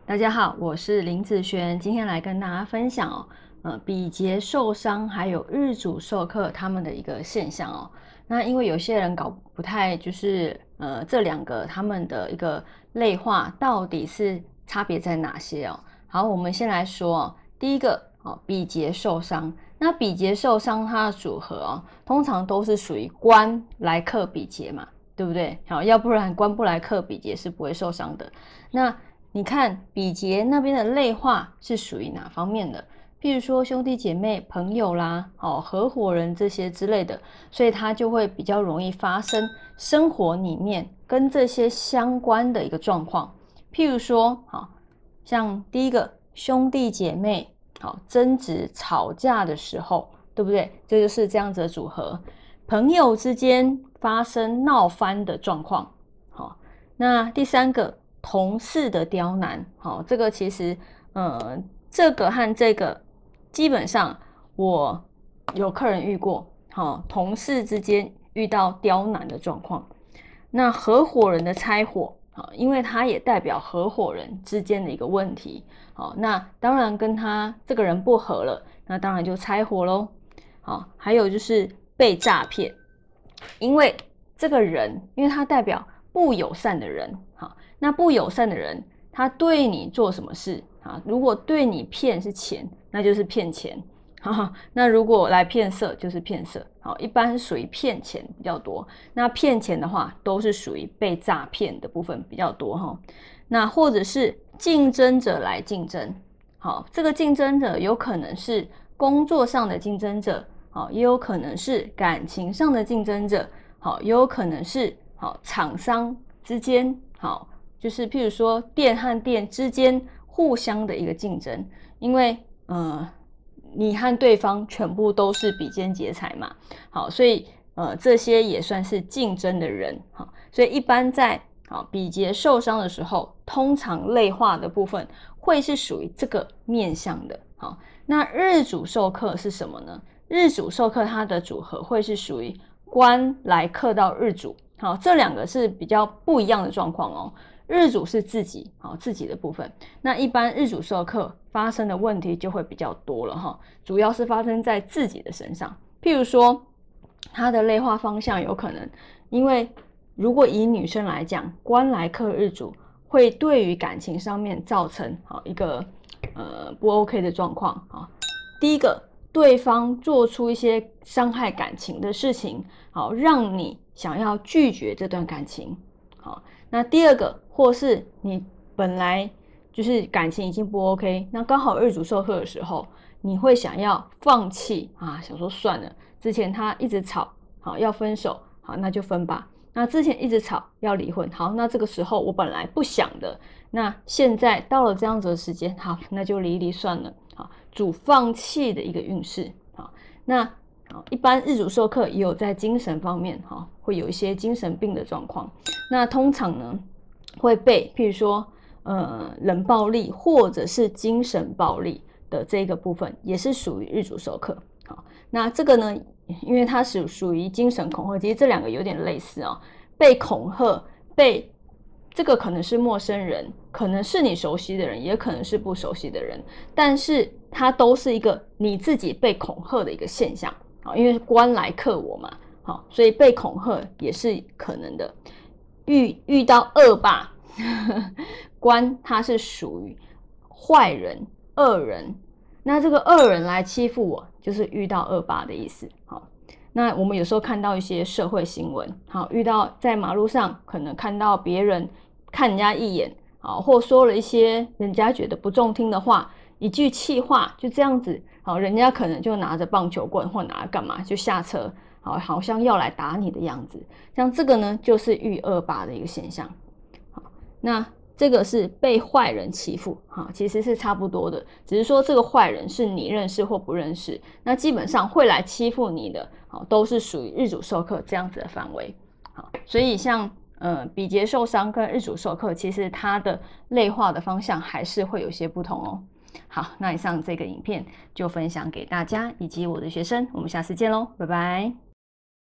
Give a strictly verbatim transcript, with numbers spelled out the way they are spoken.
大家好，我是林子璇，今天来跟大家分享哦，呃，比劫受伤还有日主受克他们的一个现象哦。那因为有些人搞不太就是呃这两个他们的一个类化到底是差别在哪些哦？好，我们先来说哦，第一个哦，比劫受伤。那比劫受伤它的组合哦，通常都是属于官来克比劫嘛，对不对？好，要不然官不来克比劫是不会受伤的。那你看比劫那边的类化是属于哪方面的？譬如说兄弟姐妹、朋友啦、哦合伙人这些之类的，所以它就会比较容易发生生活里面跟这些相关的一个状况。譬如说，好像第一个兄弟姐妹好争执吵架的时候，对不对？这就是这样子的组合。朋友之间发生闹翻的状况，好，那第三个。同事的刁难，好，这个其实，呃，这个和这个基本上我有客人遇过，好，同事之间遇到刁难的状况。那合伙人的拆伙，好，因为他也代表合伙人之间的一个问题，好，那当然跟他这个人不合了，那当然就拆伙咯。好，还有就是被诈骗，因为这个人，因为他代表不友善的人，好。那不友善的人，他对你做什么事啊？如果对你骗是钱，那就是骗钱。哈，那如果来骗色，就是骗色。好，一般属于骗钱比较多。那骗钱的话，都是属于被诈骗的部分比较多哈。那或者是竞争者来竞争，好，这个竞争者有可能是工作上的竞争者，好，也有可能是感情上的竞争者，好，也有可能是好厂商之间，好。就是譬如说店和店之间互相的一个竞争，因为呃你和对方全部都是比肩劫财嘛，好，所以呃这些也算是竞争的人，好，所以一般在好比劫受伤的时候，通常类化的部分会是属于这个面向的，好，那日主受克是什么呢？日主受克它的组合会是属于官来克到日主，好，这两个是比较不一样的状况哦。日主是自己，好，自己的部分。那一般日主受克发生的问题就会比较多了哈，主要是发生在自己的身上。譬如说，它的类化方向有可能，因为如果以女生来讲，官来克日主，会对于感情上面造成好一个呃不 OK 的状况啊。第一个，对方做出一些伤害感情的事情，好，让你想要拒绝这段感情，好。那第二个，或是你本来就是感情已经不 OK， 那刚好日主受克的时候，你会想要放弃啊，想说算了，之前他一直吵，好要分手，好那就分吧。那之前一直吵要离婚，好，那这个时候我本来不想的，那现在到了这样子的时间，好，那就离一离算了，好，主放弃的一个运势，好，那。一般日主受克也有在精神方面哈，会有一些精神病的状况。那通常呢会被譬如说呃冷暴力或者是精神暴力的这个部分，也是属于日主受克。好，那这个呢，因为它是属于精神恐吓，其实这两个有点类似哦。被恐吓，被这个可能是陌生人，可能是你熟悉的人，也可能是不熟悉的人，但是它都是一个你自己被恐吓的一个现象。好，因为官来克我嘛，好，所以被恐吓也是可能的。遇遇到恶霸，官他是属于坏人、恶人，那这个恶人来欺负我，就是遇到恶霸的意思。好，那我们有时候看到一些社会新闻，好，遇到在马路上可能看到别人看人家一眼，好，或说了一些人家觉得不中听的话，一句气话，就这样子。好，人家可能就拿着棒球棍或拿干嘛就下车，好，好像要来打你的样子。像这个呢，就是遇恶霸的一个现象。好，那这个是被坏人欺负，哈，其实是差不多的，只是说这个坏人是你认识或不认识。那基本上会来欺负你的，好，都是属于日主受克这样子的范围。好，所以像呃比劫受伤跟日主受克，其实它的类化的方向还是会有些不同哦。好，那以上这个影片就分享给大家以及我的学生，我们下次见喽，拜拜。